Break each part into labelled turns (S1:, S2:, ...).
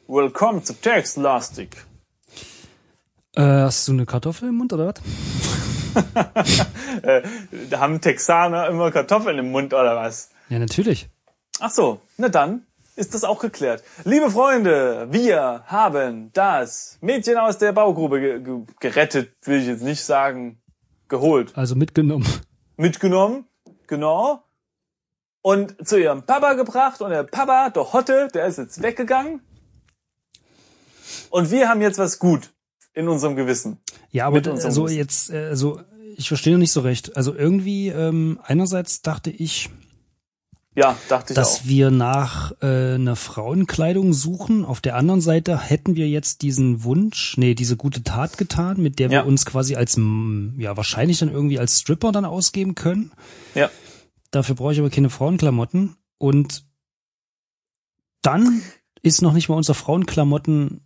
S1: Willkommen zu Textlastik.
S2: Hast du eine Kartoffel im Mund, oder was?
S1: Haben Texaner immer Kartoffeln im Mund, oder was?
S2: Ja, natürlich.
S1: Ach so, na dann ist das auch geklärt. Liebe Freunde, wir haben das Mädchen aus der Baugrube gerettet, will ich jetzt nicht sagen, geholt.
S2: Also mitgenommen.
S1: Mitgenommen, genau. Und zu ihrem Papa gebracht. Und der Papa, der Hotte, der ist jetzt weggegangen. Und wir haben jetzt was gut in unserem Gewissen.
S2: Ja, aber so jetzt, ich verstehe noch nicht so recht. Also irgendwie, einerseits dachte ich, dass wir nach einer Frauenkleidung suchen. Auf der anderen Seite hätten wir jetzt diesen Wunsch, diese gute Tat getan, mit der wir uns quasi als, wahrscheinlich dann irgendwie als Stripper dann ausgeben können.
S1: Ja.
S2: Dafür brauche ich aber keine Frauenklamotten. Und dann ist noch nicht mal unsere Frauenklamotte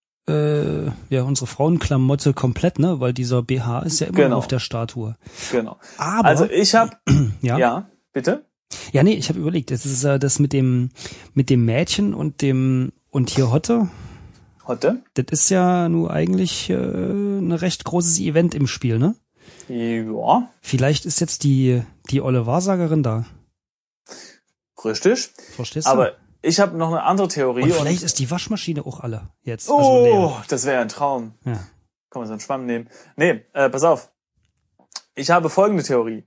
S2: komplett, ne? Weil dieser BH ist ja immer noch auf der Statue.
S1: Genau.
S2: Aber,
S1: also ich habe,
S2: ja,
S1: bitte?
S2: Ja, ich habe überlegt, es ist das mit dem Mädchen und hier Hotte.
S1: Hotte?
S2: Das ist ja nur eigentlich ein recht großes Event im Spiel, ne?
S1: Ja.
S2: Vielleicht ist jetzt die olle Wahrsagerin da.
S1: Richtig.
S2: Verstehst du?
S1: Aber ich habe noch eine andere Theorie.
S2: Und vielleicht ist die Waschmaschine auch alle jetzt.
S1: Oh, also das wäre ein Traum.
S2: Ja.
S1: Kann man so einen Schwamm nehmen. Nee, pass auf. Ich habe folgende Theorie.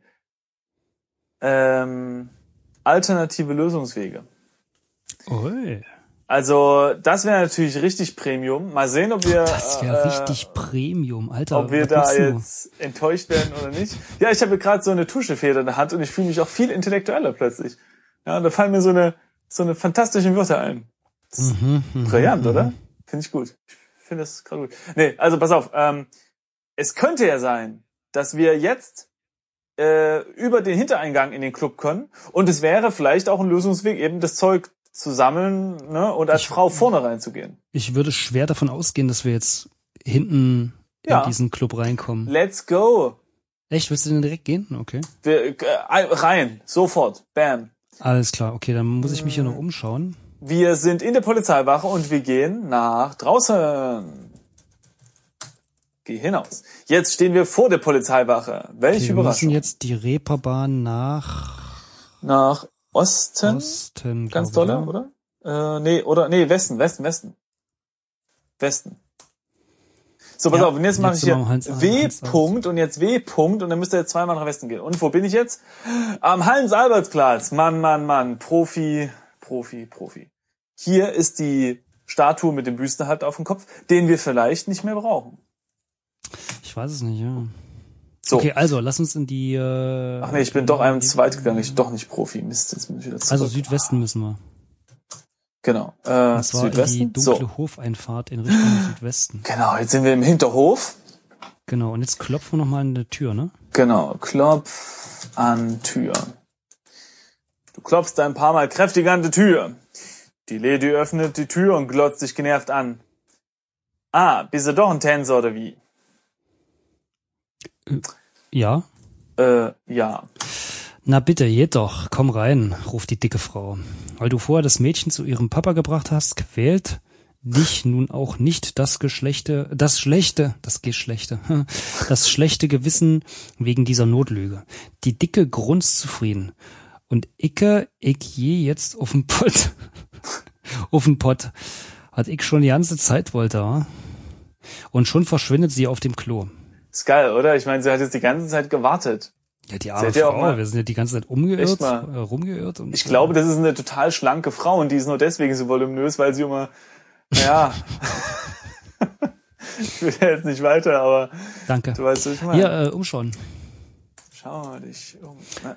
S1: Alternative Lösungswege.
S2: Oi.
S1: Also, das wäre natürlich richtig Premium. Mal sehen, ob wir...
S2: Das wäre richtig Premium, Alter.
S1: Ob wir da jetzt enttäuscht werden oder nicht. Ja, ich habe gerade so eine Tuschefeder in der Hand und ich fühle mich auch viel intellektueller plötzlich. Ja, da fallen mir so eine fantastische Wörter ein. Brillant, oder? Finde ich gut. Ich finde das gerade gut. Nee, also pass auf. Es könnte ja sein, dass wir jetzt über den Hintereingang in den Club können und es wäre vielleicht auch ein Lösungsweg, eben das Zeug zu sammeln, ne, und als Frau vorne reinzugehen.
S2: Ich würde schwer davon ausgehen, dass wir jetzt hinten in diesen Club reinkommen.
S1: Let's go.
S2: Echt? Willst du denn direkt gehen? Okay.
S1: Rein. Sofort. Bam.
S2: Alles klar. Okay, dann muss ich mich hier noch umschauen.
S1: Wir sind in der Polizeiwache und wir gehen nach draußen. Geh hinaus. Jetzt stehen wir vor der Polizeiwache. Welche Überraschung.
S2: Wir müssen jetzt die Reeperbahn nach
S1: Osten.
S2: Osten,
S1: ganz dolle, oder? Westen. So, pass auf, und jetzt mache ich hier W-Punkt und jetzt W-Punkt und dann müsst ihr jetzt zweimal nach Westen gehen. Und wo bin ich jetzt? Am Heinz-Alberts-Platz. Mann. Profi. Hier ist die Statue mit dem Büstenhalter auf dem Kopf, den wir vielleicht nicht mehr brauchen.
S2: Ich weiß es nicht, ja.
S1: So.
S2: Okay, also lass uns in die...
S1: Ach nee, ich bin doch einem zweit gegangen. Ich bin doch nicht Profi. Mist, jetzt bin ich wieder zurück.
S2: Also Südwesten müssen wir.
S1: Genau.
S2: Das war
S1: Südwesten.
S2: Die dunkle Hofeinfahrt in Richtung Südwesten.
S1: Genau, jetzt sind wir im Hinterhof.
S2: Genau, und jetzt klopfen wir nochmal an der Tür, ne?
S1: Genau, klopf an Tür. Du klopfst ein paar Mal kräftig an die Tür. Die Lady öffnet die Tür und glotzt dich genervt an. Ah, bist du doch ein Tänzer oder wie?
S2: Ja.
S1: Ja.
S2: Na bitte, geht doch, komm rein, ruft die dicke Frau. Weil du vorher das Mädchen zu ihrem Papa gebracht hast, quält dich nun auch nicht das schlechte Gewissen wegen dieser Notlüge. Die Dicke grunzt zufrieden. Und ich je jetzt auf den Pott. Auf den Pott. Hat ich schon die ganze Zeit wollte, wa? Und schon verschwindet sie auf dem Klo.
S1: Ist geil, oder? Ich meine, sie hat jetzt die ganze Zeit gewartet.
S2: Ja, die arme Frau, wir sind ja die ganze Zeit rumgeirrt. Und
S1: ich glaube, das ist eine total schlanke Frau und die ist nur deswegen so voluminös, weil sie immer, ich will ja jetzt nicht weiter, aber
S2: danke.
S1: Du weißt, was ich meine.
S2: Hier, umschauen.
S1: Schau dich um.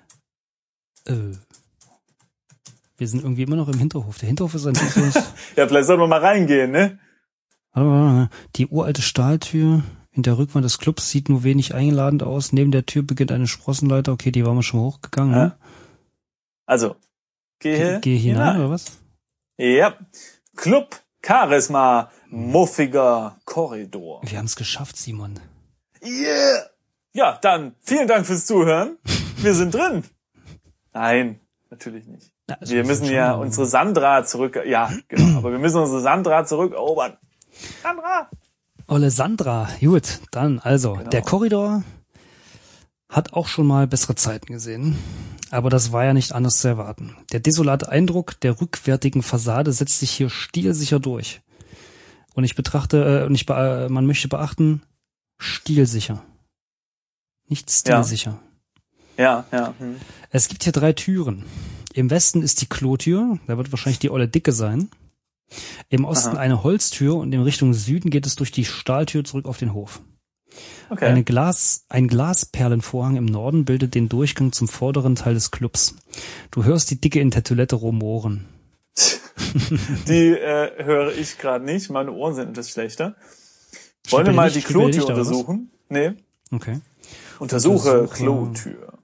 S2: Wir sind irgendwie immer noch im Hinterhof. Der Hinterhof ist ein
S1: Ja, vielleicht sollten wir mal reingehen, ne?
S2: Die uralte Stahltür in der Rückwand des Clubs sieht nur wenig einladend aus. Neben der Tür beginnt eine Sprossenleiter. Okay, die waren wir schon hochgegangen, ne?
S1: Also, geh
S2: hinein, oder was?
S1: Ja. Club Charisma, muffiger Korridor.
S2: Wir haben es geschafft, Simon.
S1: Yeah! Ja, dann vielen Dank fürs Zuhören. Wir sind drin. Nein, natürlich nicht. Also wir müssen ja unsere Sandra zurück, ja, genau, aber wir müssen unsere Sandra zurückerobern. Sandra!
S2: Olle Sandra, gut, dann also, genau. Der Korridor hat auch schon mal bessere Zeiten gesehen, aber das war ja nicht anders zu erwarten. Der desolate Eindruck der rückwärtigen Fassade setzt sich hier stilsicher durch. Und man möchte beachten, stilsicher. Nicht stilsicher.
S1: Ja.
S2: Es gibt hier 3 Türen. Im Westen ist die Klotür, da wird wahrscheinlich die olle Dicke sein. Im Osten eine Holztür und in Richtung Süden geht es durch die Stahltür zurück auf den Hof.
S1: Okay.
S2: Ein Glasperlenvorhang im Norden bildet den Durchgang zum vorderen Teil des Clubs. Du hörst die Dicke in der Toilette rumoren.
S1: Die höre ich gerade nicht, meine Ohren sind etwas schlechter. Wollen wir mal die Klotür untersuchen? Nee.
S2: Okay.
S1: Untersuche Klotür.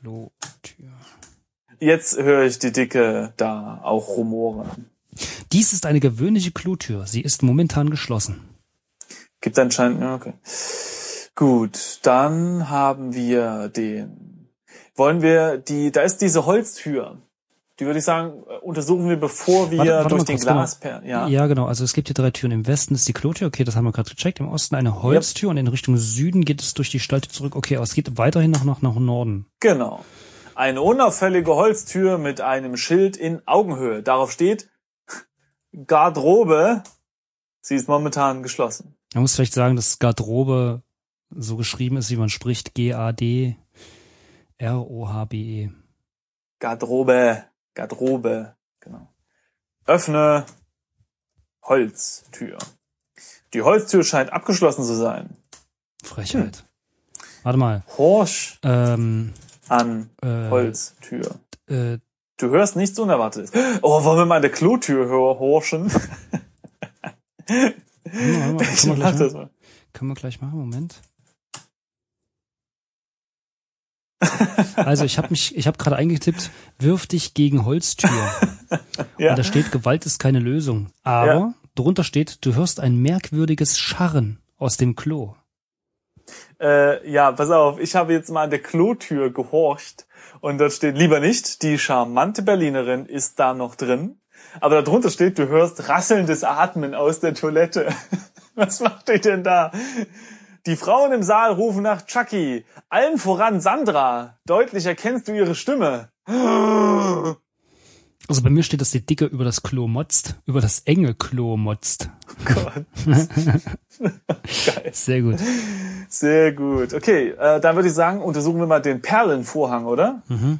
S1: Jetzt höre ich die Dicke da auch rumoren.
S2: Dies ist eine gewöhnliche Klotür. Sie ist momentan geschlossen.
S1: Gibt anscheinend, okay. Gut, dann haben wir da ist diese Holztür. Die würde ich sagen, untersuchen wir, bevor wir
S2: warte
S1: durch den
S2: Glasperlen. Ja, genau. Also es gibt hier 3 Türen. Im Westen ist die Klotür. Okay, das haben wir gerade gecheckt. Im Osten eine Holztür und in Richtung Süden geht es durch die Stahltür zurück. Okay, aber es geht weiterhin nach Norden.
S1: Genau. Eine unauffällige Holztür mit einem Schild in Augenhöhe. Darauf steht Garderobe. Sie ist momentan geschlossen.
S2: Man muss vielleicht sagen, dass Garderobe so geschrieben ist, wie man spricht. G-A-D-R-O-H-B-E.
S1: Garderobe, genau. Öffne Holztür. Die Holztür scheint abgeschlossen zu sein.
S2: Frechheit. Warte mal.
S1: Horch an Holztür. Du hörst nichts Unerwartetes. Oh, wollen wir mal an der Klotür horchen?
S2: Können wir gleich machen, Moment. Also ich habe gerade eingetippt, wirf dich gegen Holztür. Ja. Und da steht, Gewalt ist keine Lösung. Aber drunter steht, du hörst ein merkwürdiges Scharren aus dem Klo.
S1: Pass auf, ich habe jetzt mal an der Klotür gehorcht und dort steht, lieber nicht, die charmante Berlinerin ist da noch drin. Aber darunter steht, du hörst rasselndes Atmen aus der Toilette. Was macht ihr denn da? Die Frauen im Saal rufen nach Chucky. Allen voran Sandra. Deutlich erkennst du ihre Stimme.
S2: Also bei mir steht, dass die Dicke über das Klo motzt. Über das enge Klo motzt.
S1: Oh Gott. Geil.
S2: Sehr gut.
S1: Sehr gut. Okay, dann würde ich sagen, untersuchen wir mal den Perlenvorhang, oder?
S2: Mhm.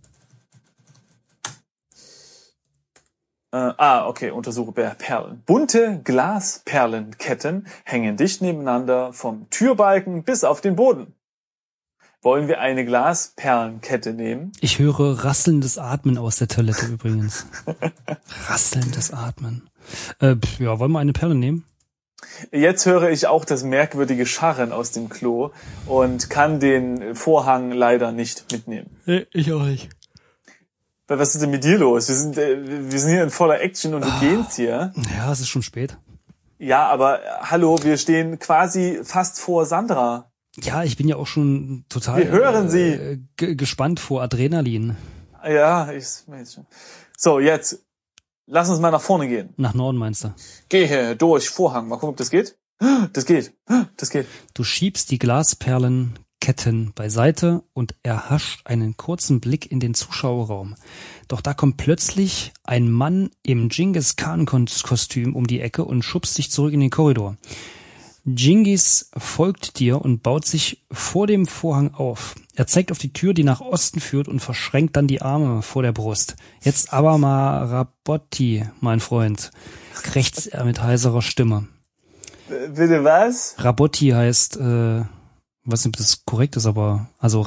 S1: Okay, untersuche Perlen. Bunte Glasperlenketten hängen dicht nebeneinander vom Türbalken bis auf den Boden. Wollen wir eine Glasperlenkette nehmen?
S2: Ich höre rasselndes Atmen aus der Toilette übrigens. Rasselndes Atmen. Wollen wir eine Perle nehmen?
S1: Jetzt höre ich auch das merkwürdige Scharren aus dem Klo und kann den Vorhang leider nicht mitnehmen.
S2: Ich auch nicht.
S1: Was ist denn mit dir los? Wir sind hier in voller Action und du gehst hier.
S2: Ja, es ist schon spät.
S1: Ja, aber hallo, wir stehen quasi fast vor Sandra.
S2: Ja, ich bin ja auch schon total
S1: wir hören sie.
S2: Gespannt vor Adrenalin.
S1: Ja, ich schon. So, jetzt lass uns mal nach vorne gehen.
S2: Nach Norden meinst du?
S1: Gehe durch Vorhang. Mal gucken, ob das geht. Das geht.
S2: Du schiebst die Glasperlenketten beiseite und erhascht einen kurzen Blick in den Zuschauerraum. Doch da kommt plötzlich ein Mann im Genghis-Khan-Kostüm um die Ecke und schubst dich zurück in den Korridor. Genghis folgt dir und baut sich vor dem Vorhang auf. Er zeigt auf die Tür, die nach Osten führt und verschränkt dann die Arme vor der Brust. Jetzt aber mal Rabotti, mein Freund, krächzt er mit heiserer Stimme.
S1: Bitte was?
S2: Rabotti heißt, weiß nicht, ob das korrekt ist, aber, also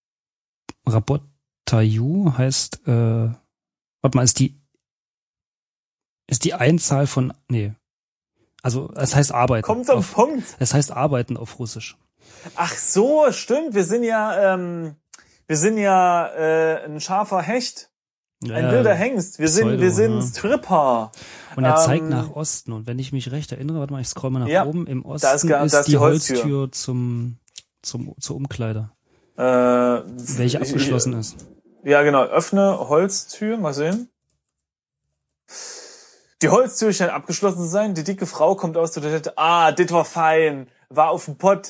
S2: Rabottayu heißt, warte mal, ist die Einzahl von, also es heißt arbeiten.
S1: Kommt zum Punkt.
S2: Es heißt arbeiten auf Russisch.
S1: Ach so, stimmt. Wir sind ja ein scharfer Hecht. Ein wilder Hengst. Wir sind Stripper.
S2: Und er zeigt nach Osten. Und wenn ich mich recht erinnere, warte mal, ich scroll mal nach oben. Im Osten ist die Holztür zur Umkleide. Welche abgeschlossen ist.
S1: Ja, genau. Öffne Holztür. Mal sehen. Die Holztür scheint abgeschlossen zu sein. Die dicke Frau kommt aus der Toilette. Das war fein. War auf dem Pott.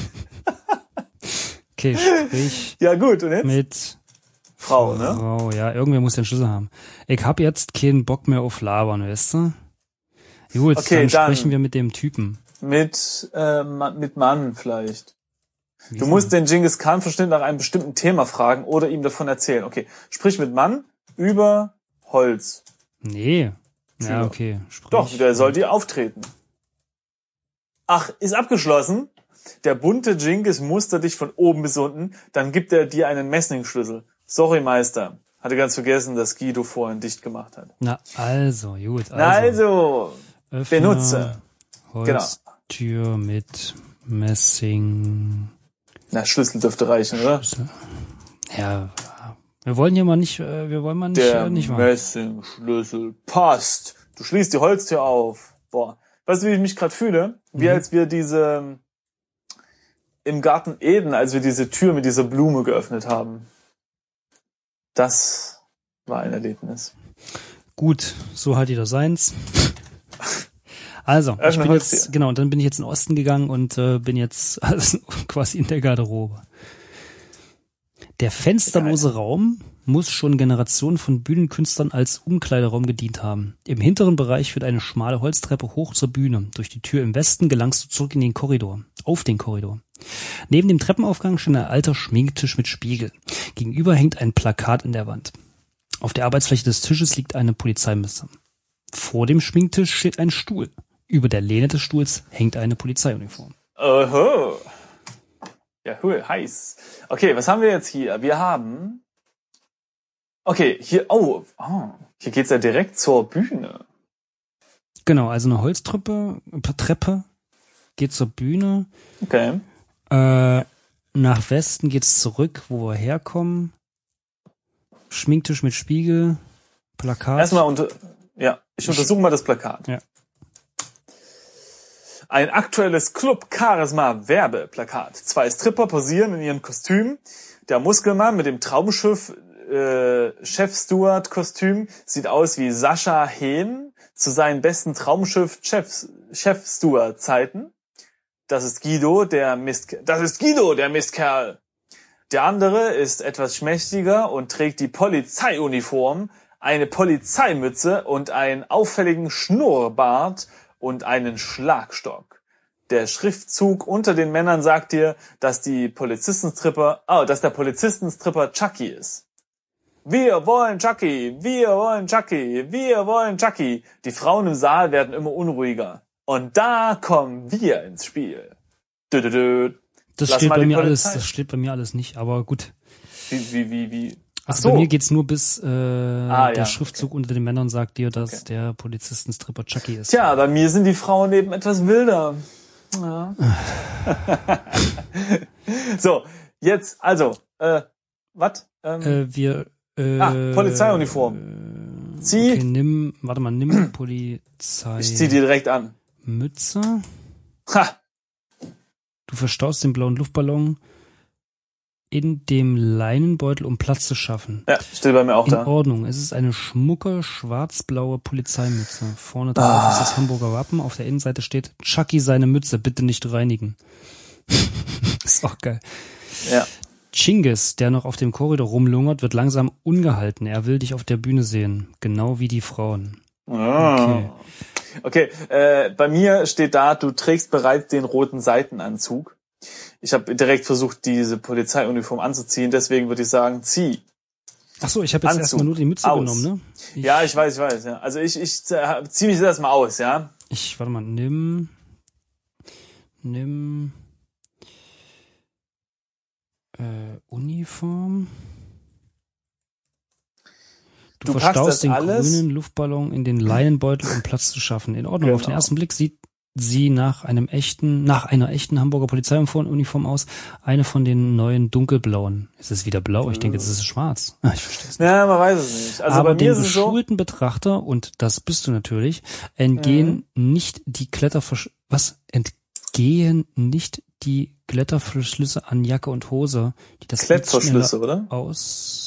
S2: Okay, sprich.
S1: Ja, gut. Und jetzt?
S2: Mit
S1: Frau, ne?
S2: Frau, ja. Irgendwer muss den Schlüssel haben. Ich hab jetzt keinen Bock mehr auf Labern, weißt du? Gut, okay, dann sprechen wir mit dem Typen.
S1: Mit Mann vielleicht. Du musst den Genghis Khan Verschnitt nach einem bestimmten Thema fragen oder ihm davon erzählen. Okay, sprich mit Mann über Holz.
S2: Nee. Ja, okay.
S1: Doch, der soll dir auftreten. Ach, ist abgeschlossen? Der bunte Genghis mustert dich von oben bis unten, dann gibt er dir einen Messingschlüssel. Sorry, Meister. Hatte ganz vergessen, dass Guido vorhin dicht gemacht hat.
S2: Na, also, gut.
S1: Also benutze.
S2: Holztür mit Messing.
S1: Na, Schlüssel dürfte reichen, oder?
S2: Ja, wir wollen hier mal nicht,
S1: Der Messingschlüssel passt. Du schließt die Holztür auf. Boah. Weißt du, wie ich mich gerade fühle? Wie als wir im Garten Eden, als wir diese Tür mit dieser Blume geöffnet haben. Das war ein Erlebnis.
S2: Gut, so hat jeder seins. Also, ich bin jetzt, genau, und dann bin ich jetzt in den Osten gegangen und bin jetzt quasi in der Garderobe. Der fensterlose Raum muss schon Generationen von Bühnenkünstlern als Umkleideraum gedient haben. Im hinteren Bereich führt eine schmale Holztreppe hoch zur Bühne. Durch die Tür im Westen gelangst du zurück in den Korridor. Auf den Korridor. Neben dem Treppenaufgang steht ein alter Schminktisch mit Spiegel. Gegenüber hängt ein Plakat in der Wand. Auf der Arbeitsfläche des Tisches liegt eine Polizeimütze. Vor dem Schminktisch steht ein Stuhl. Über der Lehne des Stuhls hängt eine Polizeiuniform.
S1: Oho. Ja, cool, heiß. Okay, was haben wir jetzt hier? Wir haben... Okay, hier... hier geht's ja direkt zur Bühne.
S2: Genau, also eine Holztreppe geht zur Bühne.
S1: Okay.
S2: Nach Westen geht's zurück, wo wir herkommen. Schminktisch mit Spiegel, Plakat.
S1: Erstmal ich untersuche mal das Plakat.
S2: Ja.
S1: Ein aktuelles Club Charisma Werbeplakat. 2 Stripper posieren in ihren Kostümen. Der Muskelmann mit dem Traumschiff Chef-Steward-Kostüm sieht aus wie Sascha Hehn zu seinen besten Traumschiff Chef-Steward-Zeiten. Das ist Guido, der Mistkerl. Der andere ist etwas schmächtiger und trägt die Polizeiuniform, eine Polizeimütze und einen auffälligen Schnurrbart und einen Schlagstock. Der Schriftzug unter den Männern sagt dir, dass der Polizistenstripper Chucky ist. Wir wollen Chucky, wir wollen Chucky, wir wollen Chucky. Die Frauen im Saal werden immer unruhiger. Und da kommen wir ins Spiel.
S2: Das steht bei mir alles nicht, aber gut.
S1: Wie?
S2: Also bei mir geht's nur bis der Schriftzug unter den Männern sagt dir, dass der Polizistenstripper Chucky ist.
S1: Tja, bei mir sind die Frauen eben etwas wilder. Ja. So, jetzt, also, was? Polizeiuniform. Zieh.
S2: Okay, nimm Polizei.
S1: Ich zieh die direkt an.
S2: Mütze.
S1: Ha!
S2: Du verstaust den blauen Luftballon in dem Leinenbeutel, um Platz zu schaffen.
S1: Ja, steht bei mir auch da.
S2: In Ordnung. Es ist eine schmucke, schwarz-blaue Polizeimütze. Vorne drauf ist das Hamburger Wappen. Auf der Innenseite steht, Chucky seine Mütze, bitte nicht reinigen. Ist auch geil.
S1: Ja.
S2: Genghis, der noch auf dem Korridor rumlungert, wird langsam ungehalten. Er will dich auf der Bühne sehen. Genau wie die Frauen.
S1: Okay, bei mir steht da, du trägst bereits den roten Seitenanzug. Ich habe direkt versucht, diese Polizeiuniform anzuziehen, deswegen würde ich sagen, zieh.
S2: Ach so, ich habe jetzt erstmal nur die Mütze genommen, ne?
S1: Ich weiß, ja. Also ich ziehe mich jetzt erstmal aus, ja?
S2: Warte mal, nimm Uniform. Du verstaust den grünen Luftballon in den Leinenbeutel, um Platz zu schaffen. In Ordnung. Genau. Auf den ersten Blick sieht sie nach einer echten Hamburger Polizeiuniform aus. Eine von den neuen dunkelblauen. Ist es wieder blau? Ich denke, jetzt ist es schwarz. Ich verstehe es nicht.
S1: Ja, man weiß es nicht. Also
S2: aber
S1: bei mir
S2: dem
S1: ist es so,
S2: geschulten Betrachter, und das bist du natürlich, entgehen nicht die Glätterverschlüsse an Jacke und Hose, die das
S1: Klettverschlüsse, oder?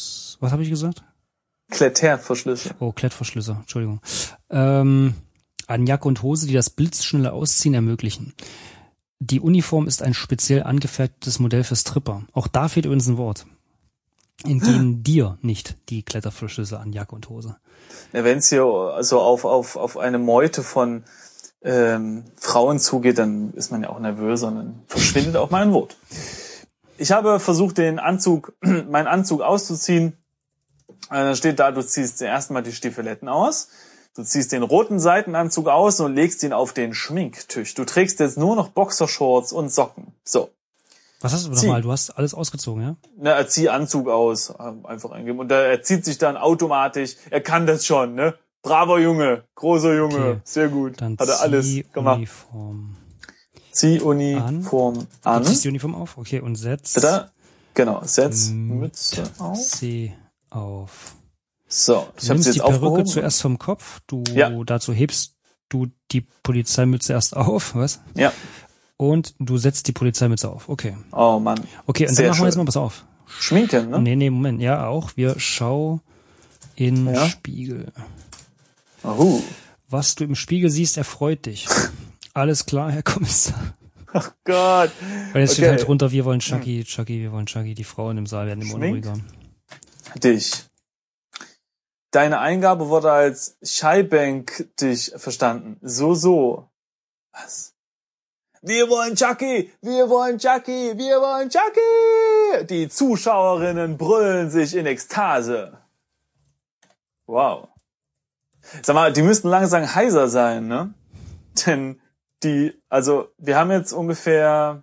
S2: Was habe ich gesagt?
S1: Klettverschlüsse.
S2: Oh, Klettverschlüsse, Entschuldigung. An Jacke und Hose, die das blitzschnelle Ausziehen ermöglichen. Die Uniform ist ein speziell angefertigtes Modell für Stripper. Auch da fehlt übrigens ein Wort. Entgehen dir nicht die Kletterverschlüsse an Jacke und Hose.
S1: Ja, wenn es hier so auf eine Meute von Frauen zugeht, dann ist man ja auch nervös und dann verschwindet auch mein Wort. Ich habe versucht, meinen Anzug auszuziehen. Da steht da, du ziehst zuerst mal die Stiefeletten aus, du ziehst den roten Seitenanzug aus und legst ihn auf den Schminktisch. Du trägst jetzt nur noch Boxershorts und Socken. So.
S2: Was hast du nochmal? Du hast alles ausgezogen, ja?
S1: Na, zieh Anzug aus, einfach eingeben. Und er zieht sich dann automatisch, er kann das schon, ne? Braver Junge, großer Junge, okay. Sehr gut.
S2: Dann
S1: hat er alles gemacht.
S2: Uniform.
S1: Zieh Uniform an.
S2: Du ziehst die Uniform auf, okay, und setz.
S1: Genau, setz Mütze auf.
S2: C auf.
S1: So,
S2: ich habe jetzt die Perücke zuerst vom Kopf. Dazu hebst du die Polizeimütze erst auf, was?
S1: Ja.
S2: Und du setzt die Polizeimütze auf, okay.
S1: Oh Mann.
S2: Okay, und dann machen wir jetzt mal was auf.
S1: Schminken, ne?
S2: Nee, Moment, ja auch. Wir schau in Spiegel.
S1: Oh.
S2: Was du im Spiegel siehst, erfreut dich. Alles klar, Herr Kommissar.
S1: Ach Gott.
S2: Weil jetzt steht halt drunter, wir wollen Chucky, wir wollen Chucky. Die Frauen im Saal werden immer unruhiger.
S1: Dich. Deine Eingabe wurde als Scheibank dich verstanden. So. Was? Wir wollen Chucky! Wir wollen Chucky! Wir wollen Chucky! Die Zuschauerinnen brüllen sich in Ekstase. Wow. Sag mal, die müssten langsam heiser sein, ne? Denn wir haben jetzt ungefähr,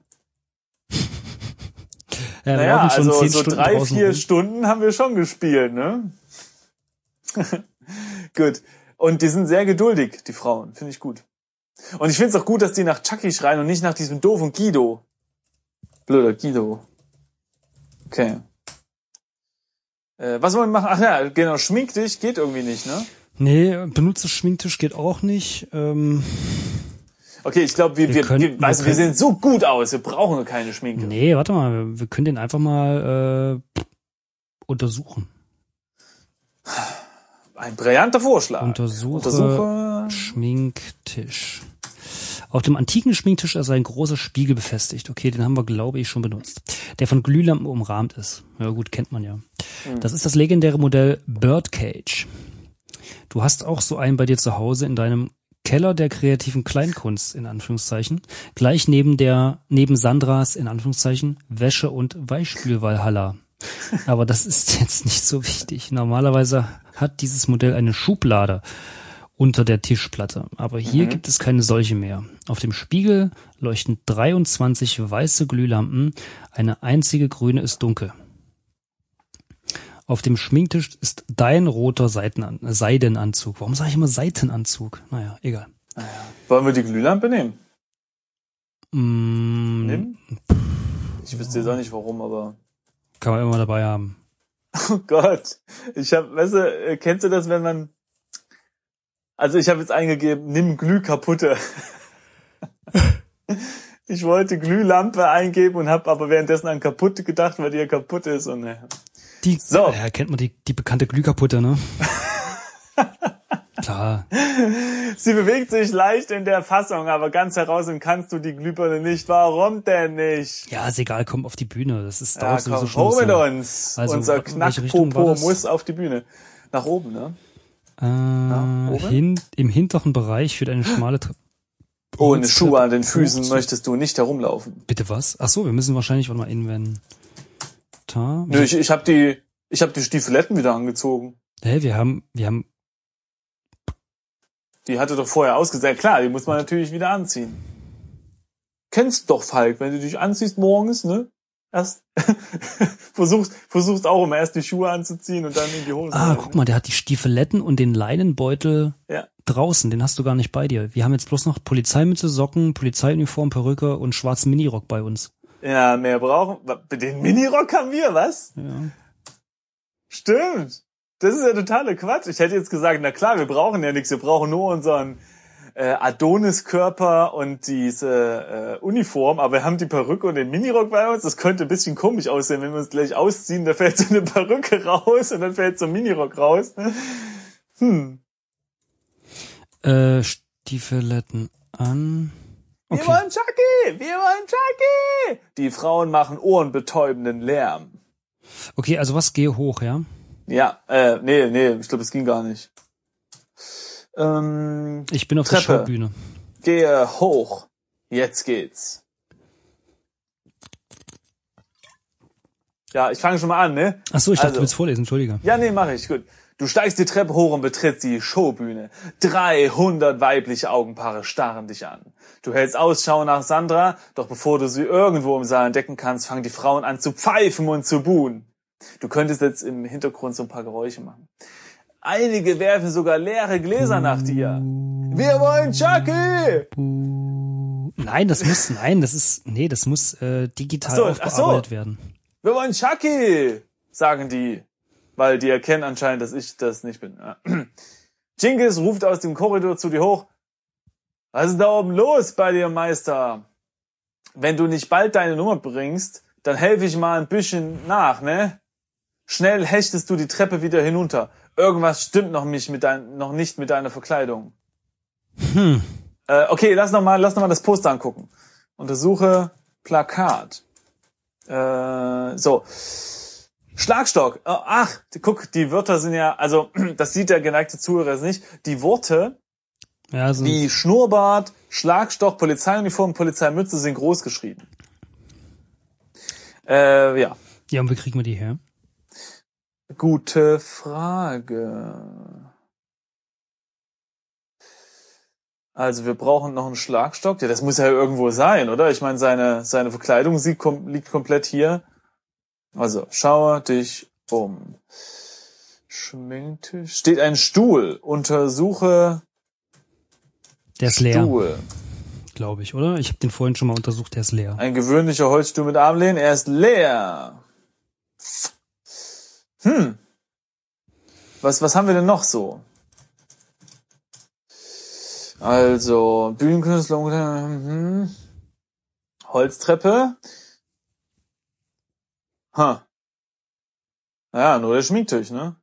S2: ja,
S1: also so 3-4 Stunden haben wir schon gespielt, ne? Gut. Und die sind sehr geduldig, die Frauen. Finde ich gut. Und ich finde es auch gut, dass die nach Chucky schreien und nicht nach diesem doofen Guido. Blöder Guido. Okay. Was wollen wir machen? Ach ja, genau, schmink dich geht irgendwie nicht, ne?
S2: Nee, benutze Schminktisch geht auch nicht.
S1: Okay, ich glaube, wir sehen so gut aus, wir brauchen keine Schminke.
S2: Nee, warte mal, wir können den einfach mal untersuchen.
S1: Ein brillanter Vorschlag.
S2: Untersuche Schminktisch. Auf dem antiken Schminktisch ist ein großer Spiegel befestigt. Okay, den haben wir, glaube ich, schon benutzt. Der von Glühlampen umrahmt ist. Ja gut, kennt man ja. Das ist das legendäre Modell Birdcage. Du hast auch so einen bei dir zu Hause in deinem Keller der kreativen Kleinkunst, in Anführungszeichen, gleich neben Sandras, in Anführungszeichen, Wäsche- und Weichspülwalhalla. Aber das ist jetzt nicht so wichtig. Normalerweise hat dieses Modell eine Schublade unter der Tischplatte. Aber hier gibt es keine solche mehr. Auf dem Spiegel leuchten 23 weiße Glühlampen, eine einzige grüne ist dunkel. Auf dem Schminktisch ist dein roter Seidenanzug. Warum sage ich immer Seitenanzug? Naja, egal.
S1: Wollen wir die Glühlampe nehmen? Nehmen? Ich wüsste jetzt auch nicht warum, aber...
S2: Kann man immer dabei haben.
S1: Oh Gott. Kennst du das, wenn man... Also ich habe jetzt eingegeben, nimm Glühkaputte. Ich wollte Glühlampe eingeben und habe aber währenddessen an kaputt gedacht, weil die ja kaputt ist und
S2: Ja, kennt man die bekannte Glühkaputte, ne? Klar.
S1: Sie bewegt sich leicht in der Fassung, aber ganz heraus kannst du die Glühbirne nicht. Warum denn nicht?
S2: Ja, ist egal, komm auf die Bühne. Das ist dauert
S1: komm,
S2: so schon.
S1: Hoch mit uns. Also, unser Knackpopo muss auf die Bühne. Nach oben, ne?
S2: Im hinteren Bereich führt eine schmale
S1: ohne Schuhe an den Füßen möchtest du nicht herumlaufen.
S2: Bitte was? Ach so, wir müssen wahrscheinlich auch mal Inventar.
S1: Nö, ich hab die Stiefeletten wieder angezogen.
S2: Hä, wir haben
S1: die hatte doch vorher ausgesehen. Klar, die muss man natürlich wieder anziehen. Kennst doch, Falk, wenn du dich anziehst morgens, ne? Erst versuchst auch immer erst die Schuhe anzuziehen und dann in die Hose.
S2: Guck mal, der hat die Stiefeletten und den Leinenbeutel draußen. Den hast du gar nicht bei dir. Wir haben jetzt bloß noch Polizeimütze, Socken, Polizeiuniform, Perücke und schwarzen Minirock bei uns.
S1: Ja, mehr brauchen. Den Minirock haben wir, was?
S2: Ja.
S1: Stimmt. Das ist ja totaler Quatsch. Ich hätte jetzt gesagt, na klar, wir brauchen ja nichts. Wir brauchen nur unseren Adonis-Körper und diese Uniform, aber wir haben die Perücke und den Minirock bei uns. Das könnte ein bisschen komisch aussehen, wenn wir uns gleich ausziehen. Da fällt so eine Perücke raus und dann fällt so ein Minirock raus.
S2: Stiefeletten an.
S1: Okay. Wir wollen Chucky! Wir wollen Chucky! Die Frauen machen ohrenbetäubenden Lärm.
S2: Okay, also was, gehe hoch, ja?
S1: Ja, nee, ich glaube, es ging gar nicht.
S2: Ich bin auf
S1: Treppe.
S2: Der Schaubühne.
S1: Gehe hoch. Jetzt geht's. Ja, ich fange schon mal an, ne?
S2: Ach so, ich dachte, du willst vorlesen, Entschuldige.
S1: Ja, nee, mache ich, gut. Du steigst die Treppe hoch und betrittst die Showbühne. 300 weibliche Augenpaare starren dich an. Du hältst Ausschau nach Sandra, doch bevor du sie irgendwo im Saal entdecken kannst, fangen die Frauen an zu pfeifen und zu buhen. Du könntest jetzt im Hintergrund so ein paar Geräusche machen. Einige werfen sogar leere Gläser nach dir. Wir wollen Chucky!
S2: Nein, das muss digital aufgearbeitet werden.
S1: Wir wollen Chucky, sagen die, weil die erkennen anscheinend, dass ich das nicht bin. Genghis ruft aus dem Korridor zu dir hoch. Was ist da oben los bei dir, Meister? Wenn du nicht bald deine Nummer bringst, dann helfe ich mal ein bisschen nach, ne? Schnell hechtest du die Treppe wieder hinunter. Irgendwas stimmt noch nicht mit deiner Verkleidung. Okay, lass noch mal das Poster angucken. Untersuche Plakat. So. Schlagstock. Ach, guck, die Wörter sind ja, also das sieht der geneigte Zuhörer jetzt nicht. Die Worte wie Schnurrbart, Schlagstock, Polizeiuniform, Polizeimütze sind groß geschrieben. Ja.
S2: Ja, und wie kriegen wir die her?
S1: Gute Frage. Also wir brauchen noch einen Schlagstock. Ja, das muss ja irgendwo sein, oder? Ich meine, seine Verkleidung liegt komplett hier. Also, schaue dich um. Schminktisch. Steht ein Stuhl. Untersuche.
S2: Der ist leer.
S1: Stuhl.
S2: Glaube ich, oder? Ich habe den vorhin schon mal untersucht, der ist leer.
S1: Ein gewöhnlicher Holzstuhl mit Armlehnen. Er ist leer. Was haben wir denn noch so? Also, Bühnenkünstler, Holztreppe. Ja, nur der Schminktisch, ne?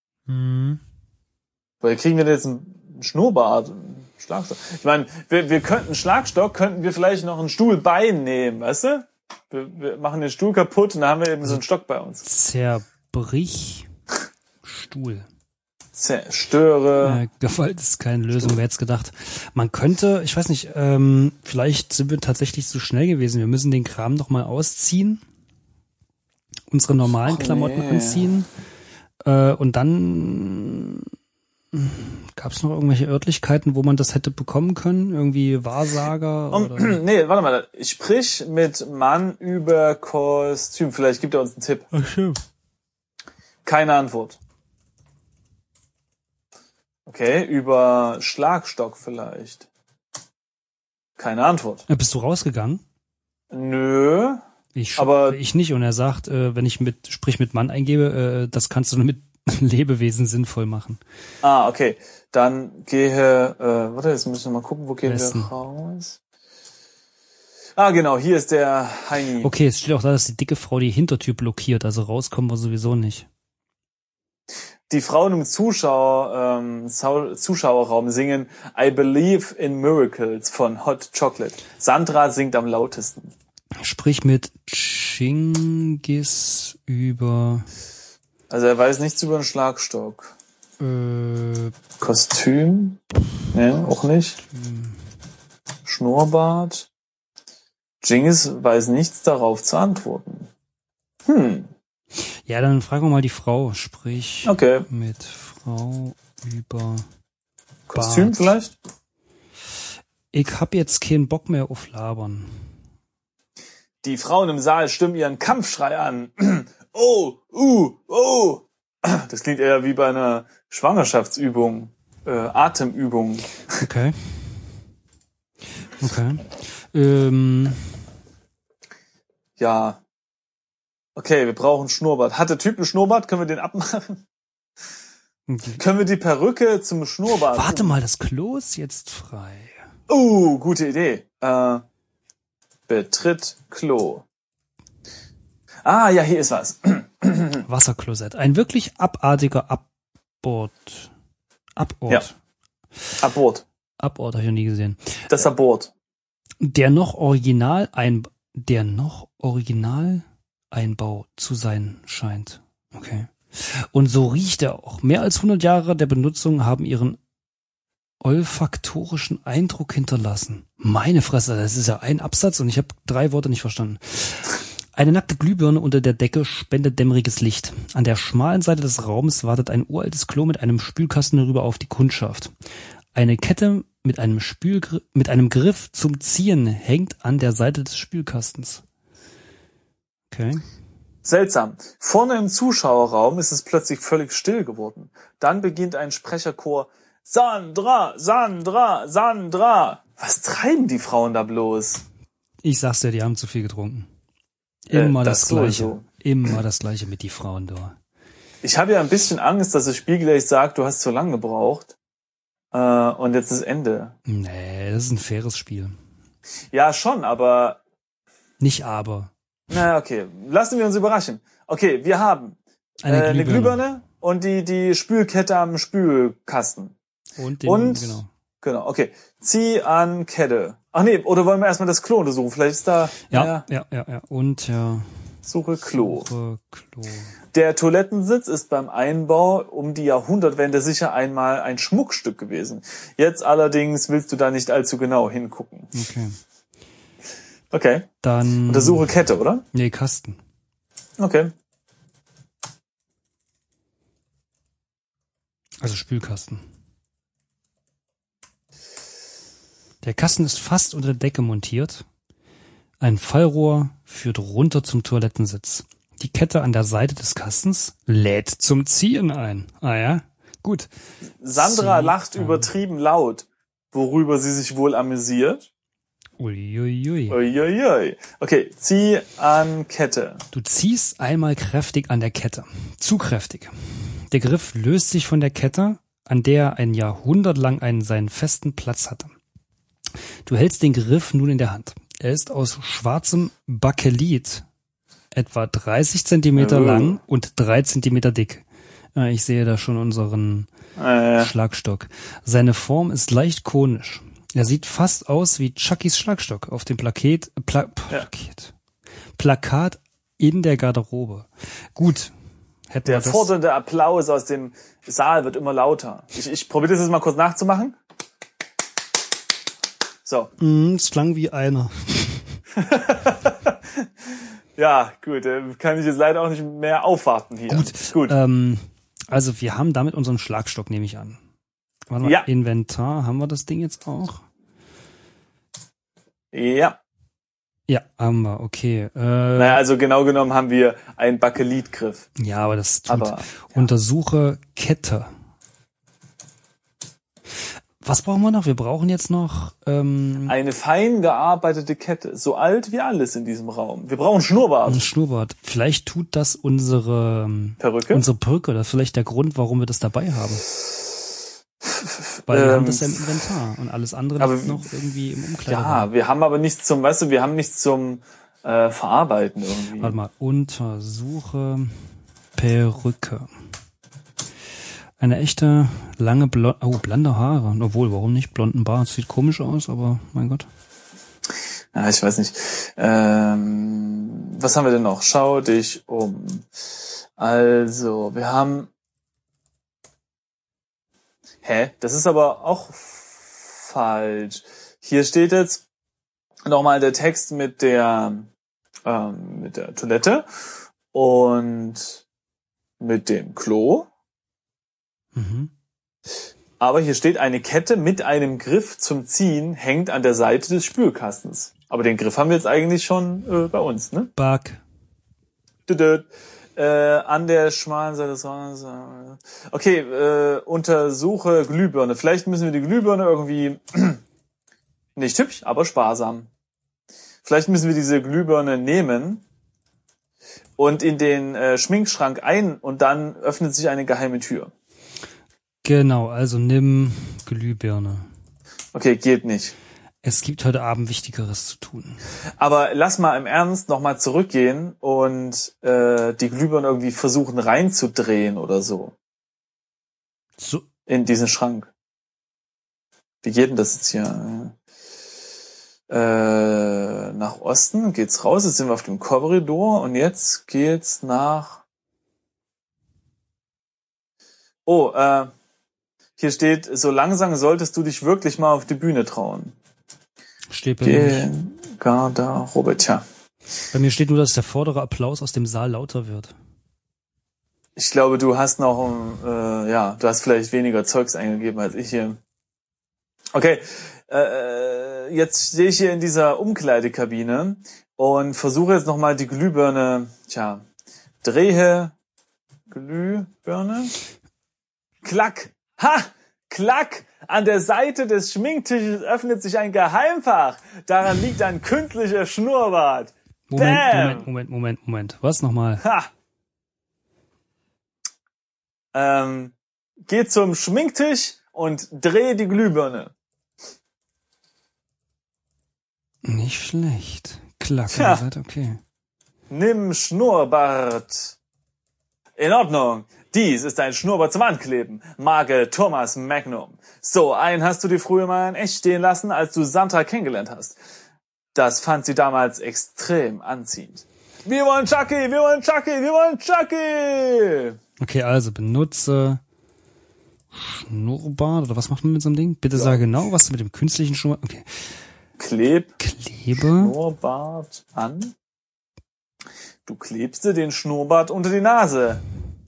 S1: Weil kriegen wir denn jetzt einen Schnurrbart, einen Schlagstock? Ich meine, wir könnten Schlagstock, könnten wir vielleicht noch ein Stuhlbein nehmen, weißt du? Wir machen den Stuhl kaputt und dann haben wir eben so einen Stock bei uns.
S2: Zerbrich Stuhl.
S1: Zerstöre.
S2: Gewalt ist keine Lösung, wer hätte gedacht. Man könnte, ich weiß nicht, vielleicht sind wir tatsächlich zu schnell gewesen. Wir müssen den Kram noch mal ausziehen, unsere normalen Klamotten anziehen und dann gab es noch irgendwelche Örtlichkeiten, wo man das hätte bekommen können? Irgendwie Wahrsager? Oder?
S1: Nee, warte mal. Ich sprich mit Mann über Kostüm. Vielleicht gibt er uns einen Tipp.
S2: Ach schön.
S1: Keine Antwort. Okay, über Schlagstock vielleicht. Keine Antwort.
S2: Bist du rausgegangen?
S1: Nö.
S2: Aber ich nicht. Und er sagt, wenn ich sprich mit Mann eingebe, das kannst du nur mit Lebewesen sinnvoll machen.
S1: Ah, okay. Dann gehe, warte, jetzt müssen wir mal gucken, wo gehen wir raus? Ah, genau, hier ist der Heini.
S2: Okay, es steht auch da, dass die dicke Frau die Hintertür blockiert, also rauskommen wir sowieso nicht.
S1: Die Frauen im Zuschauerraum singen I Believe in Miracles von Hot Chocolate. Sandra singt am lautesten.
S2: Sprich mit Genghis über...
S1: Also er weiß nichts über den Schlagstock. Kostüm? Ne, auch nicht. Schnurrbart? Genghis weiß nichts darauf zu antworten.
S2: Ja, dann fragen wir mal die Frau. Sprich mit Frau über
S1: Kostüm
S2: Bart.
S1: vielleicht?
S2: Ich hab jetzt keinen Bock mehr auf Labern.
S1: Die Frauen im Saal stimmen ihren Kampfschrei an. Oh. Das klingt eher wie bei einer Schwangerschaftsübung, Atemübung.
S2: Okay.
S1: Ja. Okay, wir brauchen Schnurrbart. Hat der Typ einen Schnurrbart? Können wir den abmachen? Können wir die Perücke zum Schnurrbart?
S2: Warte mal, das Klo ist jetzt frei.
S1: Gute Idee. Betritt Klo. Ja, hier ist was.
S2: Wasserklosett. Ein wirklich abartiger Abort.
S1: Ja. Abort
S2: habe ich noch nie gesehen.
S1: Das Abort.
S2: Der noch Originaleinbau zu sein scheint. Okay. Und so riecht er auch. Mehr als 100 Jahre der Benutzung haben ihren olfaktorischen Eindruck hinterlassen. Meine Fresse, das ist ja ein Absatz und ich habe 3 Worte nicht verstanden. Eine nackte Glühbirne unter der Decke spendet dämmeriges Licht. An der schmalen Seite des Raums wartet ein uraltes Klo mit einem Spülkasten rüber auf die Kundschaft. Eine Kette mit einem Griff zum Ziehen hängt an der Seite des Spülkastens. Okay.
S1: Seltsam. Vorne im Zuschauerraum ist es plötzlich völlig still geworden. Dann beginnt ein Sprecherchor: Sandra, Sandra, Sandra. Was treiben die Frauen da bloß?
S2: Ich sag's dir, die haben zu viel getrunken. Immer das Gleiche.
S1: Sowieso.
S2: Immer das Gleiche mit die Frauen da.
S1: Ich habe ja ein bisschen Angst, dass das Spiel gleich sagt, du hast zu lang gebraucht. Und jetzt ist Ende.
S2: Nee, das ist ein faires Spiel.
S1: Ja, schon, aber...
S2: Nicht aber.
S1: Na, okay. Lassen wir uns überraschen. Okay, wir haben eine Glühbirne und die Spülkette am Spülkasten.
S2: Und
S1: genau, okay. Zieh an Kette. Ach nee, oder wollen wir erstmal das Klo untersuchen? Vielleicht ist da...
S2: Ja. Und
S1: Suche Klo. Der Toilettensitz ist beim Einbau um die Jahrhundertwende sicher einmal ein Schmuckstück gewesen. Jetzt allerdings willst du da nicht allzu genau hingucken. Okay.
S2: Dann...
S1: Untersuche Kette, oder?
S2: Nee, Kasten.
S1: Okay.
S2: Also Spülkasten. Der Kasten ist fast unter der Decke montiert. Ein Fallrohr führt runter zum Toilettensitz. Die Kette an der Seite des Kastens lädt zum Ziehen ein. Ah ja, gut.
S1: Sandra lacht übertrieben laut, worüber sie sich wohl amüsiert.
S2: Uiuiui.
S1: Uiuiui. Okay, zieh an Kette.
S2: Du ziehst einmal kräftig an der Kette. Zu kräftig. Der Griff löst sich von der Kette, an der er ein Jahrhundert lang seinen festen Platz hatte. Du hältst den Griff nun in der Hand. Er ist aus schwarzem Bakelit, etwa 30 Zentimeter lang und 3 Zentimeter dick. Ich sehe da schon unseren Schlagstock. Seine Form ist leicht konisch. Er sieht fast aus wie Chuckys Schlagstock auf dem Plakat in der Garderobe. Gut.
S1: Der fordernde Applaus aus dem Saal wird immer lauter. Ich probiere das jetzt mal kurz nachzumachen. So.
S2: Es klang wie einer.
S1: Ja, gut, kann ich jetzt leider auch nicht mehr aufwarten hier.
S2: Gut. Also wir haben damit unseren Schlagstock, nehme ich an. Warte mal, Inventar, haben wir das Ding jetzt auch?
S1: Ja.
S2: Ja, haben wir, okay.
S1: Naja, also genau genommen haben wir einen Bakelitgriff.
S2: Ja, aber das tut. Untersuche Kette. Was brauchen wir noch? Wir brauchen jetzt noch
S1: eine fein gearbeitete Kette, so alt wie alles in diesem Raum. Wir brauchen Schnurrbart.
S2: Ein Schnurrbart. Vielleicht tut das unsere Perücke. Das ist vielleicht der Grund, warum wir das dabei haben. Weil wir haben das ja im Inventar und alles andere liegt noch irgendwie im Umkleideraum.
S1: Ja, wir haben aber nichts zum, wir haben nichts zum Verarbeiten irgendwie.
S2: Warte mal, untersuche Perücke. Eine echte, lange, blonde Haare. Obwohl, warum nicht? Blonden Bart. Sieht komisch aus, aber mein Gott.
S1: Ja, ich weiß nicht. Was haben wir denn noch? Schau dich um. Also, wir haben... Das ist aber auch falsch. Hier steht jetzt nochmal der Text mit der Toilette und mit dem Klo. Aber hier steht, eine Kette mit einem Griff zum Ziehen hängt an der Seite des Spülkastens. Aber den Griff haben wir jetzt eigentlich schon bei uns, ne? An der schmalen Seite des Raumes. Okay, untersuche Glühbirne. Vielleicht müssen wir die Glühbirne irgendwie nicht hübsch, aber sparsam. Vielleicht müssen wir diese Glühbirne nehmen und in den Schminkschrank und dann öffnet sich eine geheime Tür.
S2: Genau, also nimm Glühbirne.
S1: Okay, geht nicht.
S2: Es gibt heute Abend Wichtigeres zu tun.
S1: Aber lass mal im Ernst nochmal zurückgehen und die Glühbirne irgendwie versuchen reinzudrehen oder so.
S2: So.
S1: In diesen Schrank. Wie geht denn das jetzt hier? Nach Osten geht's raus, jetzt sind wir auf dem Korridor und jetzt geht's nach... Oh, hier steht, so langsam solltest du dich wirklich mal auf die Bühne trauen.
S2: Steht bei mir.
S1: Garderobe, tja.
S2: Bei mir steht nur, dass der vordere Applaus aus dem Saal lauter wird.
S1: Ich glaube, du hast noch, du hast vielleicht weniger Zeugs eingegeben als ich hier. Okay, jetzt stehe ich hier in dieser Umkleidekabine und versuche jetzt nochmal die Glühbirne, drehe Glühbirne. Klack! Ha! Klack! An der Seite des Schminktisches öffnet sich ein Geheimfach. Daran liegt ein künstlicher Schnurrbart.
S2: Moment. Was nochmal?
S1: Ha! Geh zum Schminktisch und dreh die Glühbirne.
S2: Nicht schlecht. Klack, okay.
S1: Nimm Schnurrbart. In Ordnung. Dies ist ein Schnurrbart zum Ankleben. Marke Thomas Magnum. So, einen hast du dir früher mal in echt stehen lassen, als du Sandra kennengelernt hast. Das fand sie damals extrem anziehend. Wir wollen Chucky!
S2: Okay, also benutze Schnurrbart, oder was macht man mit so einem Ding? Bitte sag genau, was du mit dem künstlichen Schnurrbart... Okay.
S1: Klebe
S2: Schnurrbart
S1: an. Du klebst dir den Schnurrbart unter die Nase.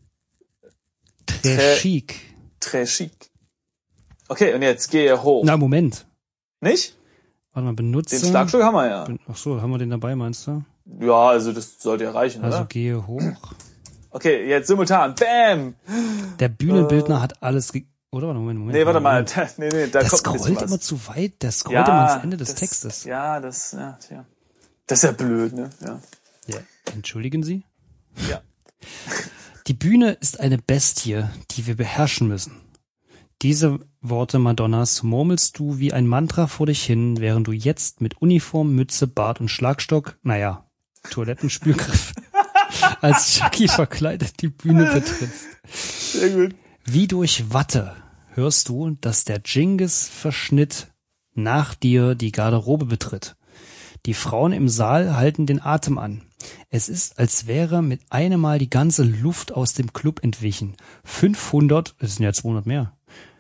S1: Très chic. Okay, und jetzt gehe hoch.
S2: Na, Moment.
S1: Nicht?
S2: Warte mal, benutze...
S1: Den Schlagstock haben wir ja.
S2: Ach so, haben wir den dabei, meinst du?
S1: Ja, also das sollte ja reichen,
S2: also
S1: oder?
S2: Gehe hoch.
S1: Okay, jetzt simultan. Bam!
S2: Der Bühnenbildner hat alles... Oder? Moment.
S1: Nee, warte mal. Da
S2: der
S1: kommt
S2: scrollt immer zu weit. Der scrollt immer ans Ende des Textes.
S1: Ja, das ist ja blöd, ne?
S2: Ja. Entschuldigen Sie?
S1: Ja.
S2: Die Bühne ist eine Bestie, die wir beherrschen müssen. Diese Worte Madonnas murmelst du wie ein Mantra vor dich hin, während du jetzt mit Uniform, Mütze, Bart und Schlagstock, Toilettenspülgriff, als Chucky verkleidet die Bühne betrittst.
S1: Sehr gut.
S2: Wie durch Watte hörst du, dass der Dschingis-Verschnitt nach dir die Garderobe betritt. Die Frauen im Saal halten den Atem an. Es ist, als wäre mit einem Mal die ganze Luft aus dem Club entwichen. 500, es sind ja 200 mehr,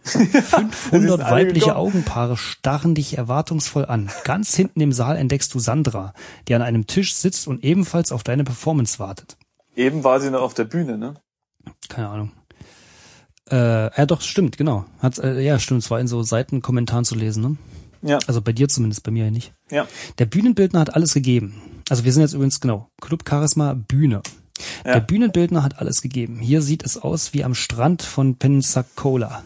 S2: 500 weibliche Augenpaare starren dich erwartungsvoll an. Ganz hinten im Saal entdeckst du Sandra, die an einem Tisch sitzt und ebenfalls auf deine Performance wartet.
S1: Eben war sie noch auf der Bühne, ne?
S2: Keine Ahnung. Ja, doch, stimmt, genau. Stimmt, es war in so Seitenkommentaren zu lesen, ne?
S1: Ja.
S2: Also bei dir zumindest, bei mir ja nicht.
S1: Ja.
S2: Der Bühnenbildner hat alles gegeben. Also wir sind jetzt übrigens, Club Charisma Bühne. Ja. Der Bühnenbildner hat alles gegeben. Hier sieht es aus wie am Strand von Pensacola.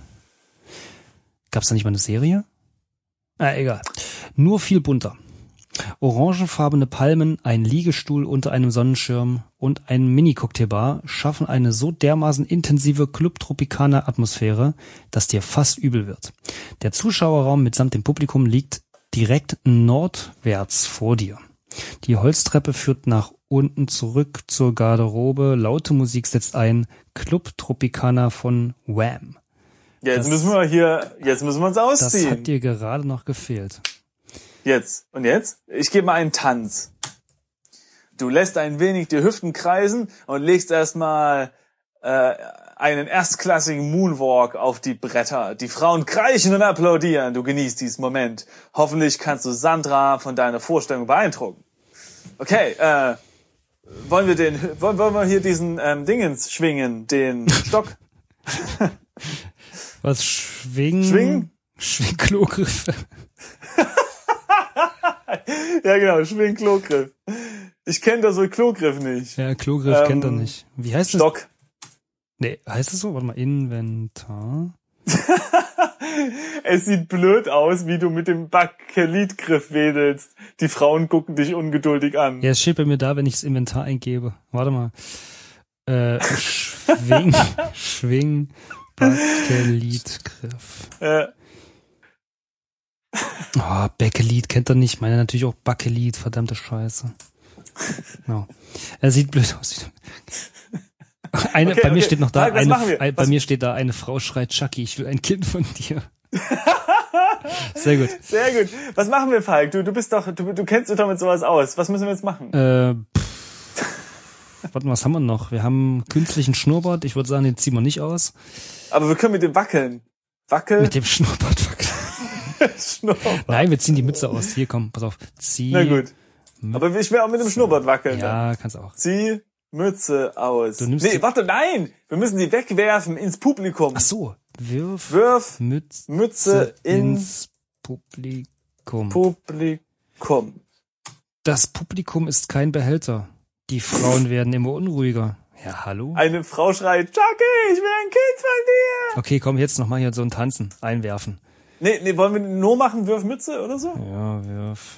S2: Gab's da nicht mal eine Serie? Egal. Nur viel bunter. Orangefarbene Palmen, ein Liegestuhl unter einem Sonnenschirm und ein Mini-Cocktailbar schaffen eine so dermaßen intensive Club-Tropicana-Atmosphäre, dass dir fast übel wird. Der Zuschauerraum mitsamt dem Publikum liegt direkt nordwärts vor dir. Die Holztreppe führt nach unten zurück zur Garderobe. Laute Musik setzt ein. Club Tropicana von Wham.
S1: Ja, jetzt müssen wir uns ausziehen.
S2: Das hat dir gerade noch gefehlt.
S1: Jetzt. Und jetzt? Ich gebe mal einen Tanz. Du lässt ein wenig die Hüften kreisen und legst erstmal einen erstklassigen Moonwalk auf die Bretter. Die Frauen kreischen und applaudieren. Du genießt diesen Moment. Hoffentlich kannst du Sandra von deiner Vorstellung beeindrucken. Okay, wollen wir hier diesen Dingens schwingen, den Stock?
S2: Was, schwingen? Schwing Klogriffe.
S1: Ja, genau, schwing Klogriff. Ich kenne da so Klogriff nicht.
S2: Ja, Klogriff kennt er nicht. Wie heißt
S1: Stock.
S2: das? Nee, heißt das so? Warte mal, Inventar.
S1: Es sieht blöd aus, wie du mit dem Bakelitgriff wedelst. Die Frauen gucken dich ungeduldig an.
S2: Ja, es steht bei mir da, wenn ich das Inventar eingebe. Warte mal. Schwing Bakelit-Griff. Oh, Bakelit kennt er nicht. Meine natürlich auch Bakelit, verdammte Scheiße. No. Er sieht blöd aus. Bei mir steht noch da, bei mir steht da, eine Frau schreit, Chucky, ich will ein Kind von dir. Sehr gut.
S1: Sehr gut. Was machen wir, Falk? Du kennst dich doch mit sowas aus. Was müssen wir jetzt machen?
S2: Warte mal, was haben wir noch? Wir haben künstlichen Schnurrbart. Ich würde sagen, den ziehen wir nicht aus.
S1: Aber wir können mit dem wackeln.
S2: Mit dem Schnurrbart wackeln. Schnurrbart. Nein, wir ziehen die Mütze aus. Hier, komm, pass auf.
S1: Na gut. Aber ich will auch mit dem Schnurrbart wackeln.
S2: Ja, dann. Kannst auch.
S1: Zieh Mütze aus. Nein! Wir müssen die wegwerfen ins Publikum.
S2: Ach so.
S1: Wirf Mütze ins
S2: Publikum.
S1: Publikum.
S2: Das Publikum ist kein Behälter. Die Frauen werden immer unruhiger. Ja, hallo?
S1: Eine Frau schreit, Chucky, ich will ein Kind von dir.
S2: Okay, komm, jetzt noch mal hier so ein Tanzen. Einwerfen.
S1: Nee, wollen wir nur machen, Wirf Mütze oder so?
S2: Ja, Wirf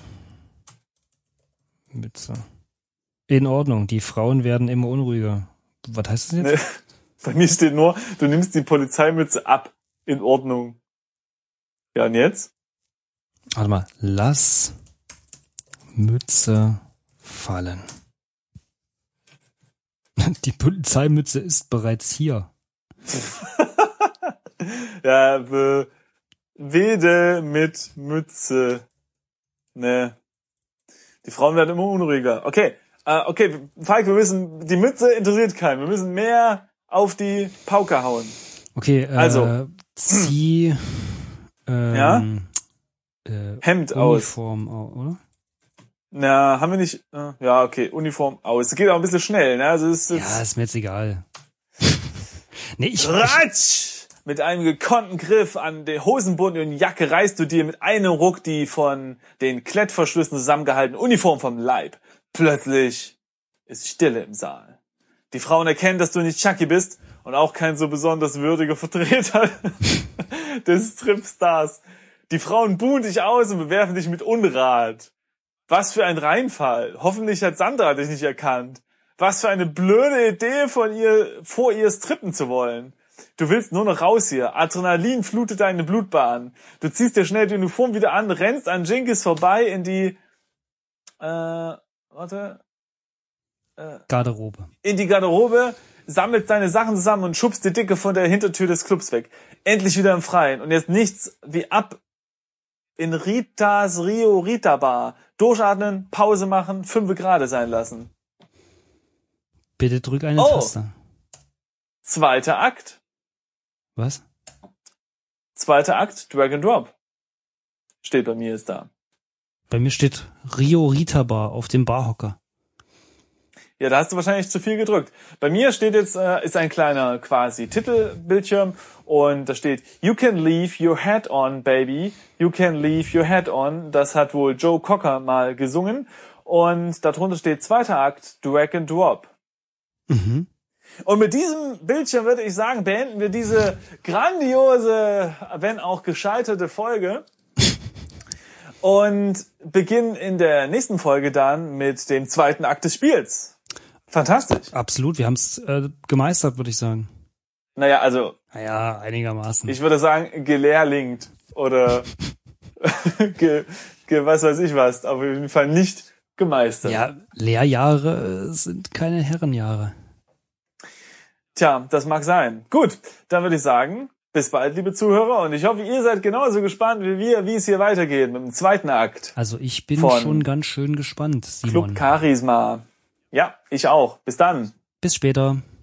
S2: Mütze. In Ordnung, die Frauen werden immer unruhiger. Was heißt das jetzt? Nee,
S1: bei mir steht nur, du nimmst die Polizeimütze ab. In Ordnung. Ja, und jetzt?
S2: Warte mal, lass Mütze fallen. Die Polizeimütze ist bereits hier.
S1: Ja, Wede mit Mütze. Ne. Die Frauen werden immer unruhiger. Okay, Falk, die Mütze interessiert keinen. Wir müssen mehr auf die Pauke hauen.
S2: Okay, also zieh
S1: Hemd
S2: Uniform aus, oder?
S1: Na, haben wir nicht. Ja, okay, Uniform aus. Es geht auch ein bisschen schnell, ne? Also ist
S2: mir jetzt egal. Nee,
S1: Ratsch! Mit einem gekonnten Griff an den Hosenbund und Jacke reißt du dir mit einem Ruck die von den Klettverschlüssen zusammengehaltene Uniform vom Leib. Plötzlich ist Stille im Saal. Die Frauen erkennen, dass du nicht Chucky bist und auch kein so besonders würdiger Vertreter des Stripstars. Die Frauen buhen dich aus und bewerfen dich mit Unrat. Was für ein Reinfall. Hoffentlich hat Sandra dich nicht erkannt. Was für eine blöde Idee vor ihr strippen zu wollen. Du willst nur noch raus hier. Adrenalin flutet deine Blutbahn. Du ziehst dir schnell die Uniform wieder an, rennst an Jenkins vorbei in die
S2: Garderobe.
S1: In die Garderobe, sammelst deine Sachen zusammen und schubst die Dicke von der Hintertür des Clubs weg. Endlich wieder im Freien. Und jetzt nichts wie ab in Ritas Rio Rita Bar. Durchatmen, Pause machen, 5 Grad sein lassen.
S2: Bitte drück eine Taste.
S1: Zweiter Akt.
S2: Was?
S1: Zweiter Akt, Drag and Drop. Steht bei mir jetzt da.
S2: Bei mir steht Rio Rita Bar auf dem Barhocker.
S1: Ja, da hast du wahrscheinlich zu viel gedrückt. Bei mir steht jetzt, ist ein kleiner quasi Titelbildschirm und da steht You can leave your head on, baby. You can leave your head on. Das hat wohl Joe Cocker mal gesungen. Und darunter steht zweiter Akt, Drag and Drop.
S2: Mhm.
S1: Und mit diesem Bildschirm würde ich sagen, beenden wir diese grandiose, wenn auch gescheiterte Folge. Und beginnen in der nächsten Folge dann mit dem zweiten Akt des Spiels. Fantastisch.
S2: Absolut, wir haben es gemeistert, würde ich sagen.
S1: Naja, also...
S2: Naja, einigermaßen.
S1: Ich würde sagen, gelehrlingt oder was weiß ich was, aber auf jeden Fall nicht gemeistert.
S2: Ja, Lehrjahre sind keine Herrenjahre.
S1: Tja, das mag sein. Gut, dann würde ich sagen, bis bald, liebe Zuhörer, und ich hoffe, ihr seid genauso gespannt wie wir, wie es hier weitergeht mit dem zweiten Akt.
S2: Also ich bin schon ganz schön gespannt, Simon.
S1: Club Charisma. Ja, ich auch. Bis dann.
S2: Bis später.